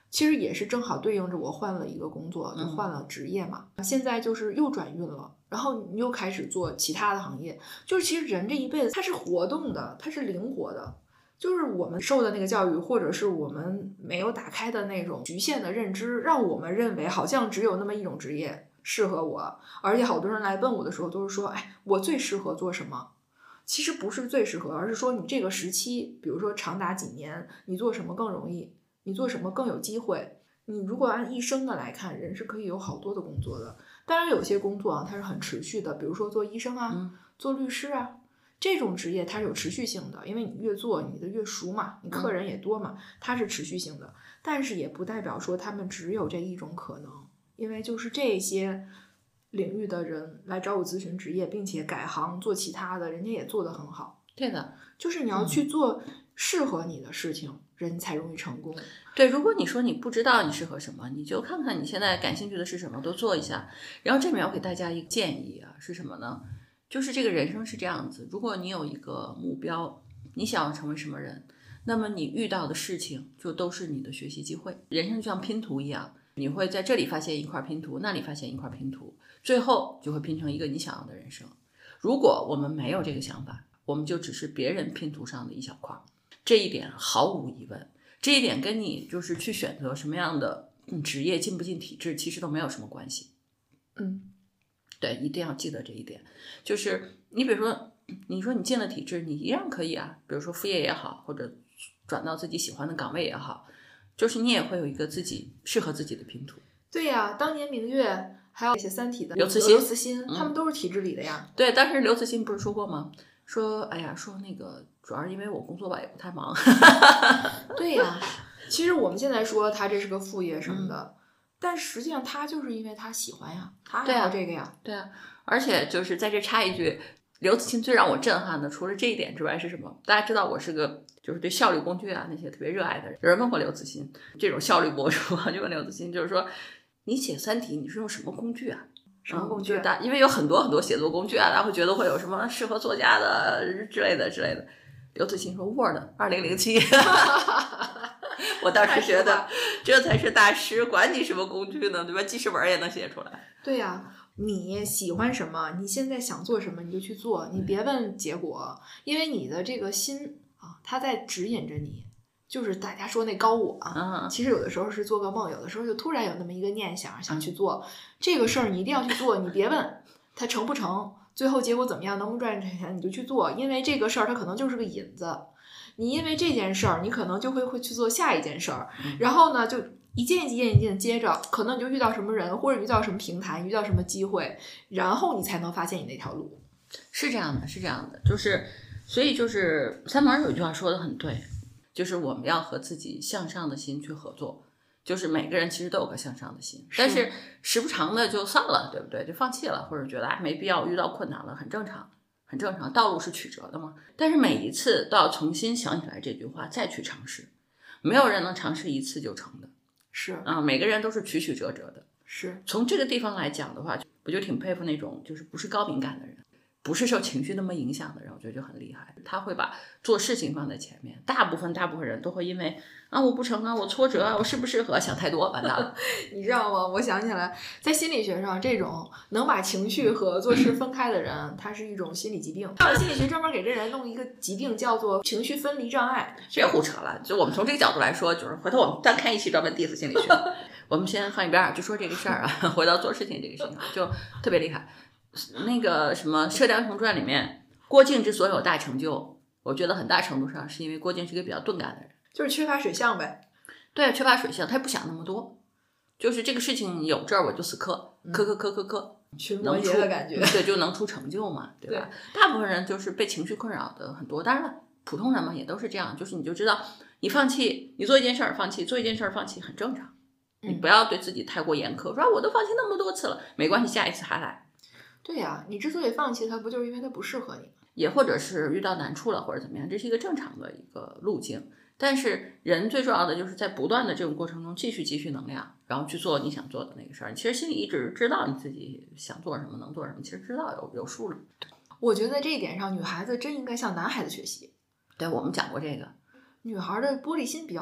[SPEAKER 2] 其实也是正好对应着我换了一个工作，就换了职业嘛。现在就是又转运了，然后你又开始做其他的行业。就是其实人这一辈子它是活动的，它是灵活的。就是我们受的那个教育，或者是我们没有打开的那种局限的认知，让我们认为好像只有那么一种职业适合我。而且好多人来问我的时候都是说，哎，我最适合做什么？其实不是最适合，而是说你这个时期，比如说长达几年，你做什么更容易，你做什么更有机会。你如果按一生的来看，人是可以有好多的工作的。当然有些工作啊，它是很持续的，比如说做医生啊，做律师啊，这种职业它是有持续性的，因为你越做你的越熟嘛，你客人也多嘛，它是持续性的。但是也不代表说他们只有这一种可能，因为就是这些领域的人来找我咨询职业，并且改行做其他的，人家也做得很好。
[SPEAKER 1] 对的，
[SPEAKER 2] 就是你要去做适合你的事情，人才容易成功。
[SPEAKER 1] 对，如果你说你不知道你适合什么，你就看看你现在感兴趣的是什么，都做一下。然后这里面我给大家一个建议啊，是什么呢？就是这个人生是这样子，如果你有一个目标，你想要成为什么人，那么你遇到的事情就都是你的学习机会。人生就像拼图一样，你会在这里发现一块拼图，那里发现一块拼图，最后就会拼成一个你想要的人生。如果我们没有这个想法，我们就只是别人拼图上的一小块，这一点毫无疑问，这一点跟你就是去选择什么样的职业进不进体制其实都没有什么关系。对，一定要记得这一点。就是你比如说，你说你进了体制，你一样可以啊，比如说副业也好，或者转到自己喜欢的岗位也好，就是你也会有一个自己适合自己的拼图。
[SPEAKER 2] 对呀，当年明月还有写三体的
[SPEAKER 1] 刘慈
[SPEAKER 2] 欣，他们都是体制里的呀。
[SPEAKER 1] 对，但是刘慈欣不是说过吗？说哎呀，说那个主要是因为我工作吧也不太忙。
[SPEAKER 2] 对呀，其实我们现在说他这是个副业什么的，但实际上他就是因为他喜欢呀，他爱好这个呀。
[SPEAKER 1] 对啊，而且就是在这插一句，刘慈欣最让我震撼的，除了这一点之外是什么？大家知道我是个就是对效率工具啊那些特别热爱的人。有人问过刘慈欣，这种效率博主就问刘慈欣，就是说你写《三体》你是用什么工具啊？
[SPEAKER 2] 什么工具？
[SPEAKER 1] 因为有很多写作工具啊，大家会觉得会有什么适合作家的之类的。刘慈欣说 Word 2007。我当时觉得这才是大师，管你什么工具呢，对吧？记事本也能写出来。
[SPEAKER 2] 对呀，你喜欢什么，你现在想做什么你就去做，你别问结果，因为你的这个心啊，它在指引着你。就是大家说那高我啊，其实有的时候是做个梦，有的时候就突然有那么一个念想想去做这个事儿，你一定要去做，你别问它成不成，最后结果怎么样，能不能赚钱，你就去做，因为这个事儿它可能就是个引子，你因为这件事儿，你可能就会去做下一件事儿，然后呢，就一件一件一件接着，可能你就遇到什么人，或者遇到什么平台，遇到什么机会，然后你才能发现你那条路。
[SPEAKER 1] 是这样的，是这样的，就是所以就是三毛有一句话说的很对。就是我们要和自己向上的心去合作，就是每个人其实都有个向上的心，但是时不常的就算了，对不对？就放弃了，或者觉得没必要，遇到困难了，很正常，很正常，道路是曲折的嘛。但是每一次都要重新想起来这句话，再去尝试，没有人能尝试一次就成的，
[SPEAKER 2] 是
[SPEAKER 1] 啊，每个人都是曲曲折折的。
[SPEAKER 2] 是
[SPEAKER 1] 从这个地方来讲的话，我就挺佩服那种就是不是高敏感的人。不是受情绪那么影响的人，我觉得就很厉害。他会把做事情放在前面。大部分人都会因为啊我不成啊，我挫折啊，我适不适合，想太多，完蛋了。
[SPEAKER 2] 你知道吗？我想起来，在心理学上，这种能把情绪和做事分开的人，他是一种心理疾病。还有心理学专门给这人弄一个疾病，叫做情绪分离障碍。
[SPEAKER 1] 别胡扯了，就我们从这个角度来说，就是回头我们单开一期专门 diss 心理学。我们先放一边就说这个事儿啊，回到做事情这个事情就特别厉害。那个什么《射雕英雄传》里面，郭靖之所以有大成就，我觉得很大程度上是因为郭靖是一个比较钝感的人，
[SPEAKER 2] 就是缺乏水象呗。
[SPEAKER 1] 对，缺乏水象，他不想那么多，就是这个事情有这儿我就死磕，
[SPEAKER 2] 群魔节的感觉，
[SPEAKER 1] 对，就能出成就嘛，对吧？对，大部分人就是被情绪困扰的很多，当然了，普通人嘛也都是这样，就是你就知道，你放弃，你做一件事儿放弃，做一件事儿放弃很正常，你不要对自己太过严苛，说我都放弃那么多次了，没关系，下一次还来。
[SPEAKER 2] 对呀，你之所以放弃它，不就是因为它不适合你？
[SPEAKER 1] 也或者是遇到难处了，或者怎么样，这是一个正常的一个路径。但是人最重要的就是在不断的这种过程中继续积蓄能量，然后去做你想做的那个事儿。其实心里一直知道你自己想做什么，能做什么，其实知道有数了。
[SPEAKER 2] 我觉得在这一点上，女孩子真应该向男孩子学习。
[SPEAKER 1] 对，我们讲过这个，
[SPEAKER 2] 女孩的玻璃心比较重。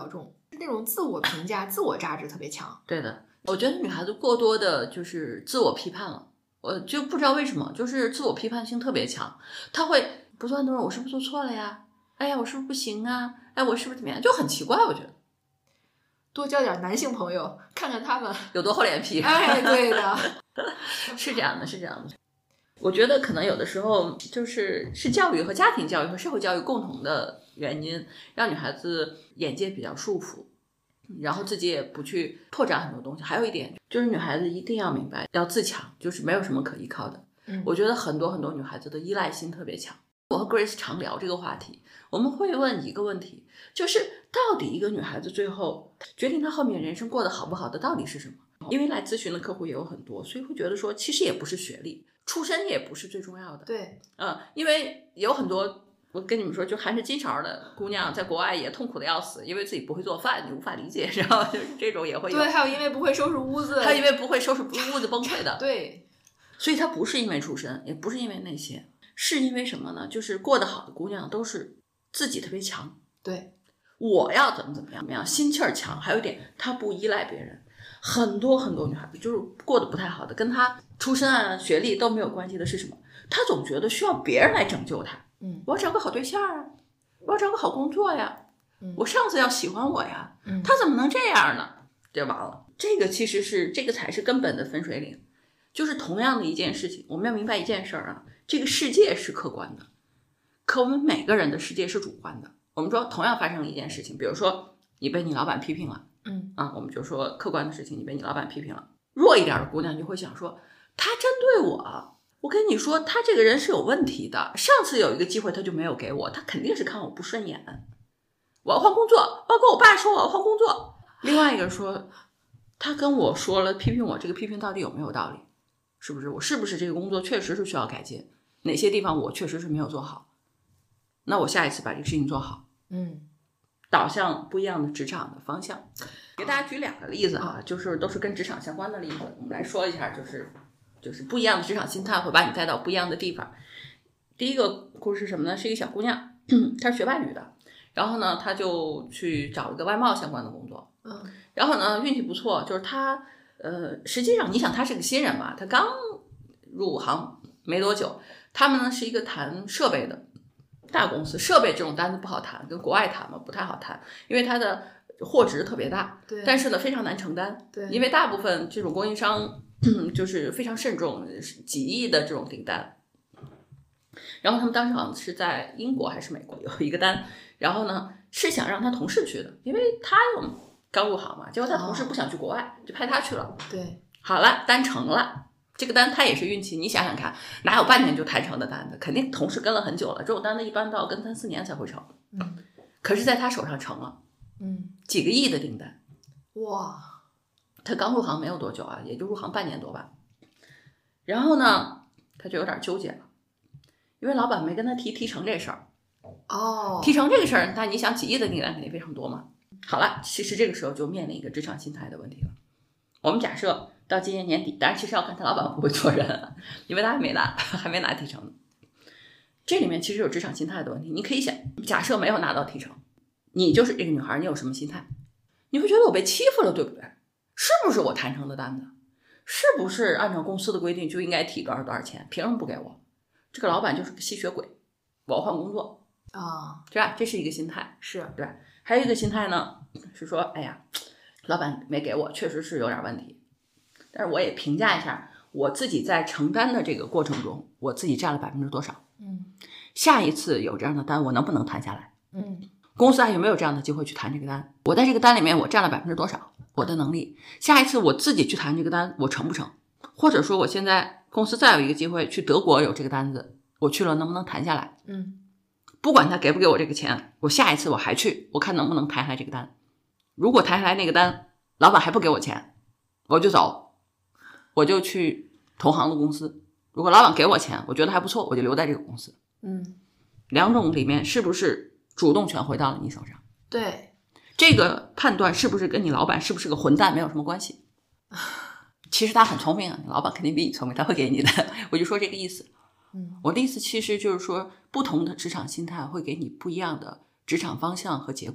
[SPEAKER 2] 那种自我评价、自我价值特别强。
[SPEAKER 1] 对的，我觉得女孩子过多的就是自我批判了，我就不知道为什么，就是自我批判性特别强，她会不断的问我是不是做错了呀？哎呀，我是不是不行啊？哎，我是不是怎么样？就很奇怪，我觉得。
[SPEAKER 2] 多交点男性朋友，看看他们
[SPEAKER 1] 有多厚脸皮。
[SPEAKER 2] 哎，对的，
[SPEAKER 1] 是这样的，是这样的。我觉得可能有的时候是教育和家庭教育和社会教育共同的原因，让女孩子眼界比较束缚，然后自己也不去拓展很多东西。还有一点就是女孩子一定要明白要自强，就是没有什么可依靠的。我觉得很多女孩子的依赖心特别强。我和 Grace 常聊这个话题，我们会问一个问题，就是到底一个女孩子最后决定她后面人生过得好不好的到底是什么？因为来咨询的客户也有很多，所以会觉得说其实也不是学历，出身也不是最重要的。
[SPEAKER 2] 对，
[SPEAKER 1] 因为有很多我跟你们说就含着金勺的姑娘在国外也痛苦的要死，因为自己不会做饭，你无法理解，然后就是这种也会有。
[SPEAKER 2] 对，还有因为不会收拾屋子，
[SPEAKER 1] 还有因为不会收拾屋子崩溃的。
[SPEAKER 2] 对，
[SPEAKER 1] 所以她不是因为出身，也不是因为那些，是因为什么呢？就是过得好的姑娘都是自己特别强。
[SPEAKER 2] 对，
[SPEAKER 1] 我要怎么样，心气儿强。还有一点，她不依赖别人。很多女孩子就是过得不太好的，跟她出身啊、学历都没有关系的是什么？她总觉得需要别人来拯救她。我要找个好对象啊，我要找个好工作呀，我上司要喜欢我呀，他怎么能这样呢？就完了。这个其实是这个才是根本的分水岭。就是同样的一件事情，我们要明白一件事啊，这个世界是客观的，可我们每个人的世界是主观的。我们说同样发生了一件事情，比如说你被你老板批评了，我们就说客观的事情，你被你老板批评了，弱一点的姑娘就会想说，他针对我跟你说，他这个人是有问题的，上次有一个机会他就没有给我，他肯定是看我不顺眼，我要换工作，我要跟我爸说我要换工作。另外一个说，他跟我说了批评我，这个批评到底有没有道理？是不是我是不是这个工作确实是需要改进？哪些地方我确实是没有做好？那我下一次把这个事情做好。导向不一样的职场的方向。给大家举2个例子啊，就是都是跟职场相关的例子，我们来说一下，就是不一样的职场心态会把你带到不一样的地方。第一个故事是什么呢？是一个小姑娘，她是学外语的，然后呢，她就去找一个外贸相关的工作，然后呢，运气不错，就是她实际上你想她是个新人嘛，她刚入行没多久，他们呢是一个谈设备的大公司，设备这种单子不好谈，跟国外谈嘛不太好谈，因为它的货值特别大，
[SPEAKER 2] 对，
[SPEAKER 1] 但是呢非常难承担，
[SPEAKER 2] 对，
[SPEAKER 1] 因为大部分这种供应商就是非常慎重，几亿的这种订单。然后他们当时好像是在英国还是美国有一个单，然后呢是想让他同事去的，因为他又刚入行嘛，结果他同事不想去国外，就派他去了。
[SPEAKER 2] 对，
[SPEAKER 1] 好了，单成了。这个单他也是运气，你想想看，哪有半年就谈成的单子？肯定同事跟了很久了，这种单子一般到跟3、4年才会成。可是在他手上成了，几个亿的订单，
[SPEAKER 2] 哇！
[SPEAKER 1] 他刚入行没有多久啊，也就入行半年多吧。然后呢，他就有点纠结了，因为老板没跟他提成这事儿。提成这个事儿，那你想几亿的订单肯定非常多嘛。好了，其实这个时候就面临一个职场心态的问题了。我们假设到今年年底，当然其实要看他老板不会做人，因为他还没拿提成呢。这里面其实有职场心态的问题。你可以想，假设没有拿到提成，你就是这个女孩，你有什么心态？你会觉得我被欺负了，对不对？是不是我谈成的单子？是不是按照公司的规定就应该提多少钱？凭什么不给我？这个老板就是个吸血鬼，我要换工作啊，对吧？这是一个心态，
[SPEAKER 2] 是
[SPEAKER 1] 对吧？还有一个心态呢，是说，哎呀，老板没给我，确实是有点问题。但是我也评价一下我自己在承担的这个过程中，我自己占了多少？下一次有这样的单，我能不能谈下来？公司还有没有这样的机会去谈这个单？我在这个单里面我占了多少？我的能力，下一次我自己去谈这个单，我成不成？或者说我现在公司再有一个机会去德国有这个单子，我去了能不能谈下来？不管他给不给我这个钱，我下一次我还去，我看能不能谈下来这个单。如果谈下来那个单，老板还不给我钱，我就走，我就去同行的公司。如果老板给我钱，我觉得还不错，我就留在这个公司。两种里面是不是主动权回到了你手上？
[SPEAKER 2] 对，
[SPEAKER 1] 这个判断是不是跟你老板是不是个混蛋没有什么关系。其实他很聪明啊，你老板肯定比你聪明，他会给你的。我就说这个意思。我的意思其实就是说，不同的职场心态会给你不一样的职场方向和结果。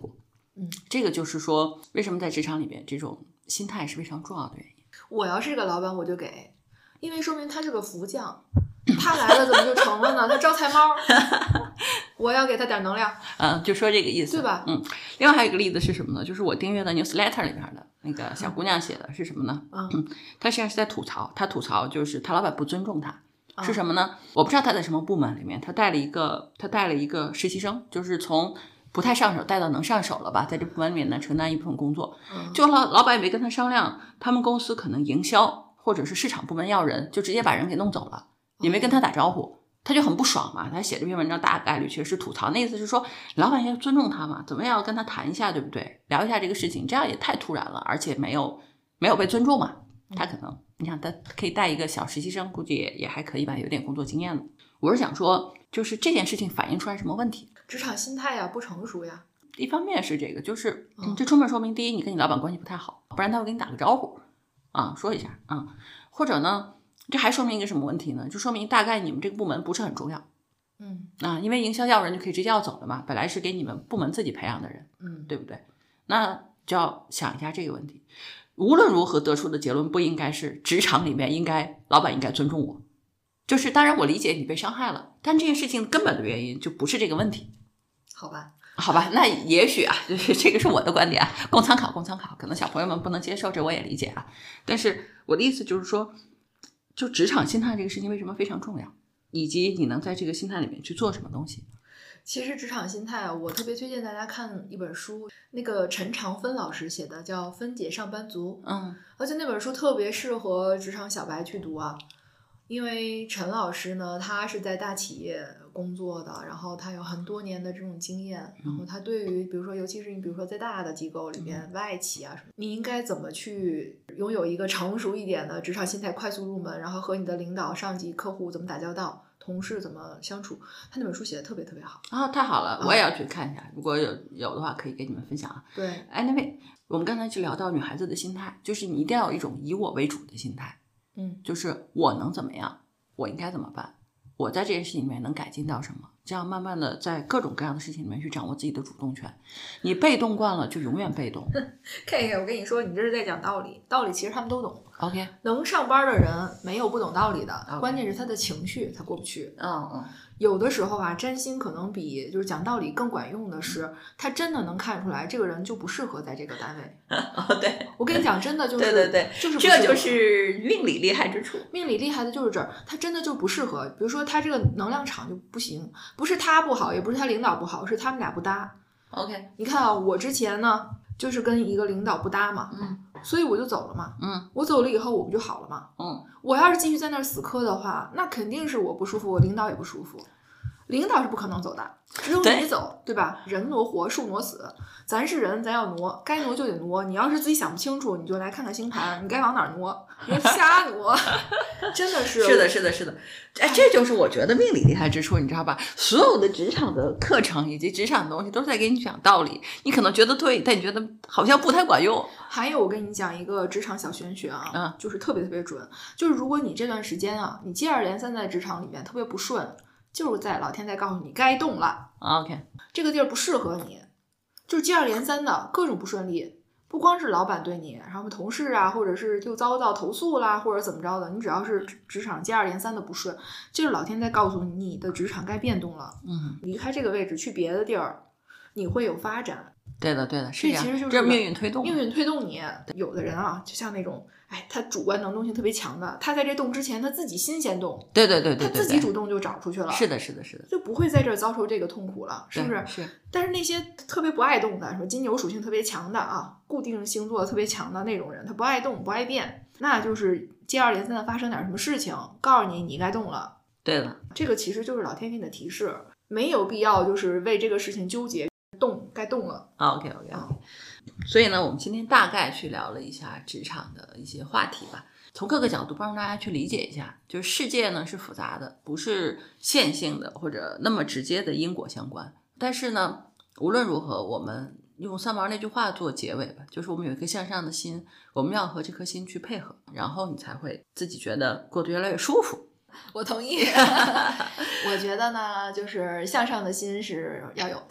[SPEAKER 1] 这个就是说为什么在职场里面这种心态是非常重要的原因。
[SPEAKER 2] 我要是这个老板我就给，因为说明他是个福将，他来了怎么就成了呢？他招财猫，我要给他点能量。
[SPEAKER 1] 就说这个意思，
[SPEAKER 2] 对吧？
[SPEAKER 1] 另外还有一个例子是什么呢？就是我订阅的 newsletter 里面的那个小姑娘写的是什么呢？她实际上是在吐槽，她吐槽就是她老板不尊重她。是什么呢？我不知道她在什么部门里面，她带了一个实习生，就是从不太上手带到能上手了吧，在这部门里面呢承担一部分工作。就老板也没跟他商量，他们公司可能营销或者是市场部门要人，就直接把人给弄走了，也没跟他打招呼，他就很不爽嘛。他写这篇文章大概率确实吐槽，那意思是说老板要尊重他嘛，怎么样要跟他谈一下，对不对？聊一下这个事情，这样也太突然了，而且没有被尊重嘛。他可能你想他可以带一个小实习生，估计也还可以吧，有点工作经验了。我是想说就是这件事情反映出来什么问题？
[SPEAKER 2] 职场心态呀，不成熟呀。
[SPEAKER 1] 一方面是这个，就是这充分说明，第一，你跟你老板关系不太好，不然他会给你打个招呼说一下或者呢，这还说明一个什么问题呢？就说明大概你们这个部门不是很重要。因为营销要人就可以直接要走了嘛，本来是给你们部门自己培养的人，对不对？那就要想一下这个问题。无论如何得出的结论不应该是职场里面老板应该尊重我，就是当然我理解你被伤害了，但这件事情根本的原因就不是这个问题。好吧，那也许这个是我的观点供参考，可能小朋友们不能接受，这我也理解但是我的意思就是说，就职场心态这个事情为什么非常重要，以及你能在这个心态里面去做什么东西。
[SPEAKER 2] 其实职场心态我特别推荐大家看一本书，那个陈长芬老师写的叫《分解上班族》，而且那本书特别适合职场小白去读因为陈老师呢，他是在大企业工作的，然后他有很多年的这种经验，然后他对于比如说尤其是你比如说在大的机构里边外企什么，你应该怎么去拥有一个成熟一点的职场心态，快速入门，然后和你的领导上级客户怎么打交道，同事怎么相处，他那本书写的特别特别好
[SPEAKER 1] 太好了，我也要去看一下，如果有的话可以给你们分享
[SPEAKER 2] 对
[SPEAKER 1] anyway， 我们刚才就聊到女孩子的心态，就是你一定要有一种以我为主的心态，就是我能怎么样，我应该怎么办，我在这件事情里面能改进到什么，这样慢慢的在各种各样的事情里面去掌握自己的主动权。你被动惯了就永远被动。
[SPEAKER 2] K， 我跟你说，你这是在讲道理，道理其实他们都懂。
[SPEAKER 1] OK，
[SPEAKER 2] 能上班的人没有不懂道理的，关键是他的情绪他过不去。有的时候占星可能比就是讲道理更管用的是，他真的能看出来这个人就不适合在这个单位。
[SPEAKER 1] 对，
[SPEAKER 2] 我跟你讲，真的就是
[SPEAKER 1] 对，
[SPEAKER 2] 就是
[SPEAKER 1] 这就是命理厉害之处。
[SPEAKER 2] 命理厉害的就是这儿，他真的就不适合。比如说他这个能量场就不行，不是他不好，也不是他领导不好，是他们俩不搭。
[SPEAKER 1] OK，
[SPEAKER 2] 你看我之前呢就是跟一个领导不搭嘛，所以我就走了嘛。我走了以后我不就好了嘛。我要是继续在那儿死磕的话，那肯定是我不舒服，我领导也不舒服。领导是不可能走的，只有你走，对吧？人挪活，树挪死，咱是人，咱要挪，该挪就得挪。你要是自己想不清楚，你就来看看星盘，你该往哪儿挪，你瞎挪，真的是。
[SPEAKER 1] 是的，这就是我觉得命理厉害之处，你知道吧？所有的职场的课程以及职场的东西都是在给你讲道理，你可能觉得对，但你觉得好像不太管用。
[SPEAKER 2] 还有我跟你讲一个职场小玄学就是特别特别准，就是如果你这段时间你接二连三在职场里面特别不顺，就是在老天在告诉你该动了。
[SPEAKER 1] OK，
[SPEAKER 2] 这个地儿不适合你，就是接二连三的各种不顺利，不光是老板对你，然后同事或者是就遭到投诉啦，或者怎么着的，你只要是职场接二连三的不顺，就是老天在告诉你，你的职场该变动了。离开这个位置去别的地儿，你会有发展。
[SPEAKER 1] 对的，是这样，
[SPEAKER 2] 这其实就是
[SPEAKER 1] 这命运推动。
[SPEAKER 2] 命运推动你。有的人就像那种他主观能动性特别强的，他在这动之前他自己新鲜动，
[SPEAKER 1] 对，
[SPEAKER 2] 他自己主动就找出去了。
[SPEAKER 1] 是的，
[SPEAKER 2] 就不会在这儿遭受这个痛苦了，是不是？
[SPEAKER 1] 是。
[SPEAKER 2] 但是那些特别不爱动的，什么金牛属性特别强的固定星座特别强的那种人，他不爱动不爱变，那就是接二连三的发生点什么事情，告诉你你该动了。
[SPEAKER 1] 对了，
[SPEAKER 2] 这个其实就是老天给你的提示，没有必要就是为这个事情纠结，该动了。
[SPEAKER 1] OK， 所以呢，我们今天大概去聊了一下职场的一些话题吧，从各个角度帮助大家去理解一下，就是世界呢是复杂的，不是线性的或者那么直接的因果相关。但是呢，无论如何，我们用三毛那句话做结尾吧，就是我们有一颗向上的心，我们要和这颗心去配合，然后你才会自己觉得过得越来越舒服。我同意。
[SPEAKER 2] 我觉得呢，就是向上的心是要有的，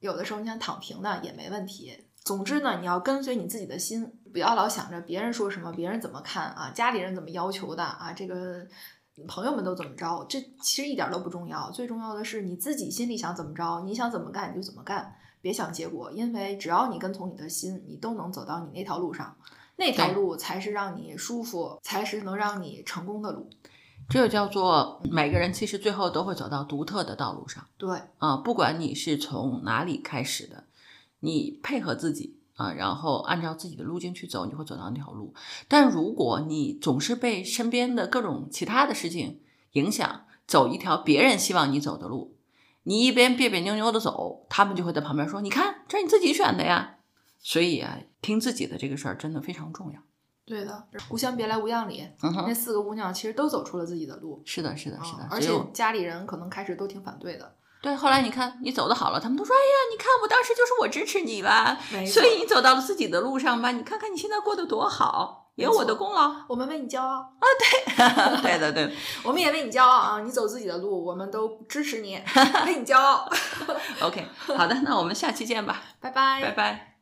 [SPEAKER 2] 有的时候你想躺平呢也没问题。总之呢，你要跟随你自己的心，不要老想着别人说什么，别人怎么看啊，家里人怎么要求的啊，这个朋友们都怎么着，这其实一点都不重要。最重要的是你自己心里想怎么着，你想怎么干你就怎么干，别想结果，因为只要你跟从你的心，你都能走到你那条路上，那条路才是让你舒服，才是能让你成功的路。
[SPEAKER 1] 这就叫做每个人其实最后都会走到独特的道路上。
[SPEAKER 2] 对
[SPEAKER 1] 不管你是从哪里开始的，你配合自己然后按照自己的路径去走，你会走到那条路。但如果你总是被身边的各种其他的事情影响，走一条别人希望你走的路，你一边别别扭扭的走，他们就会在旁边说，你看这是你自己选的呀。所以听自己的这个事儿真的非常重要。
[SPEAKER 2] 对的，故乡别来无恙里，那4个姑娘其实都走出了自己的路。
[SPEAKER 1] 是的是的是的，
[SPEAKER 2] 而且家里人可能开始都挺反对的。
[SPEAKER 1] 对，后来你看你走得好了，他们都说，哎呀，你看我当时就是我支持你吧，所以你走到了自己的路上吧，你看看你现在过得多好，也有我的功劳，
[SPEAKER 2] 我们为你骄傲
[SPEAKER 1] 对对的对，
[SPEAKER 2] 我们也为你骄傲啊！你走自己的路，我们都支持你，为你骄傲。
[SPEAKER 1] OK， 好的，那我们下期见吧，
[SPEAKER 2] 拜拜，
[SPEAKER 1] 拜拜。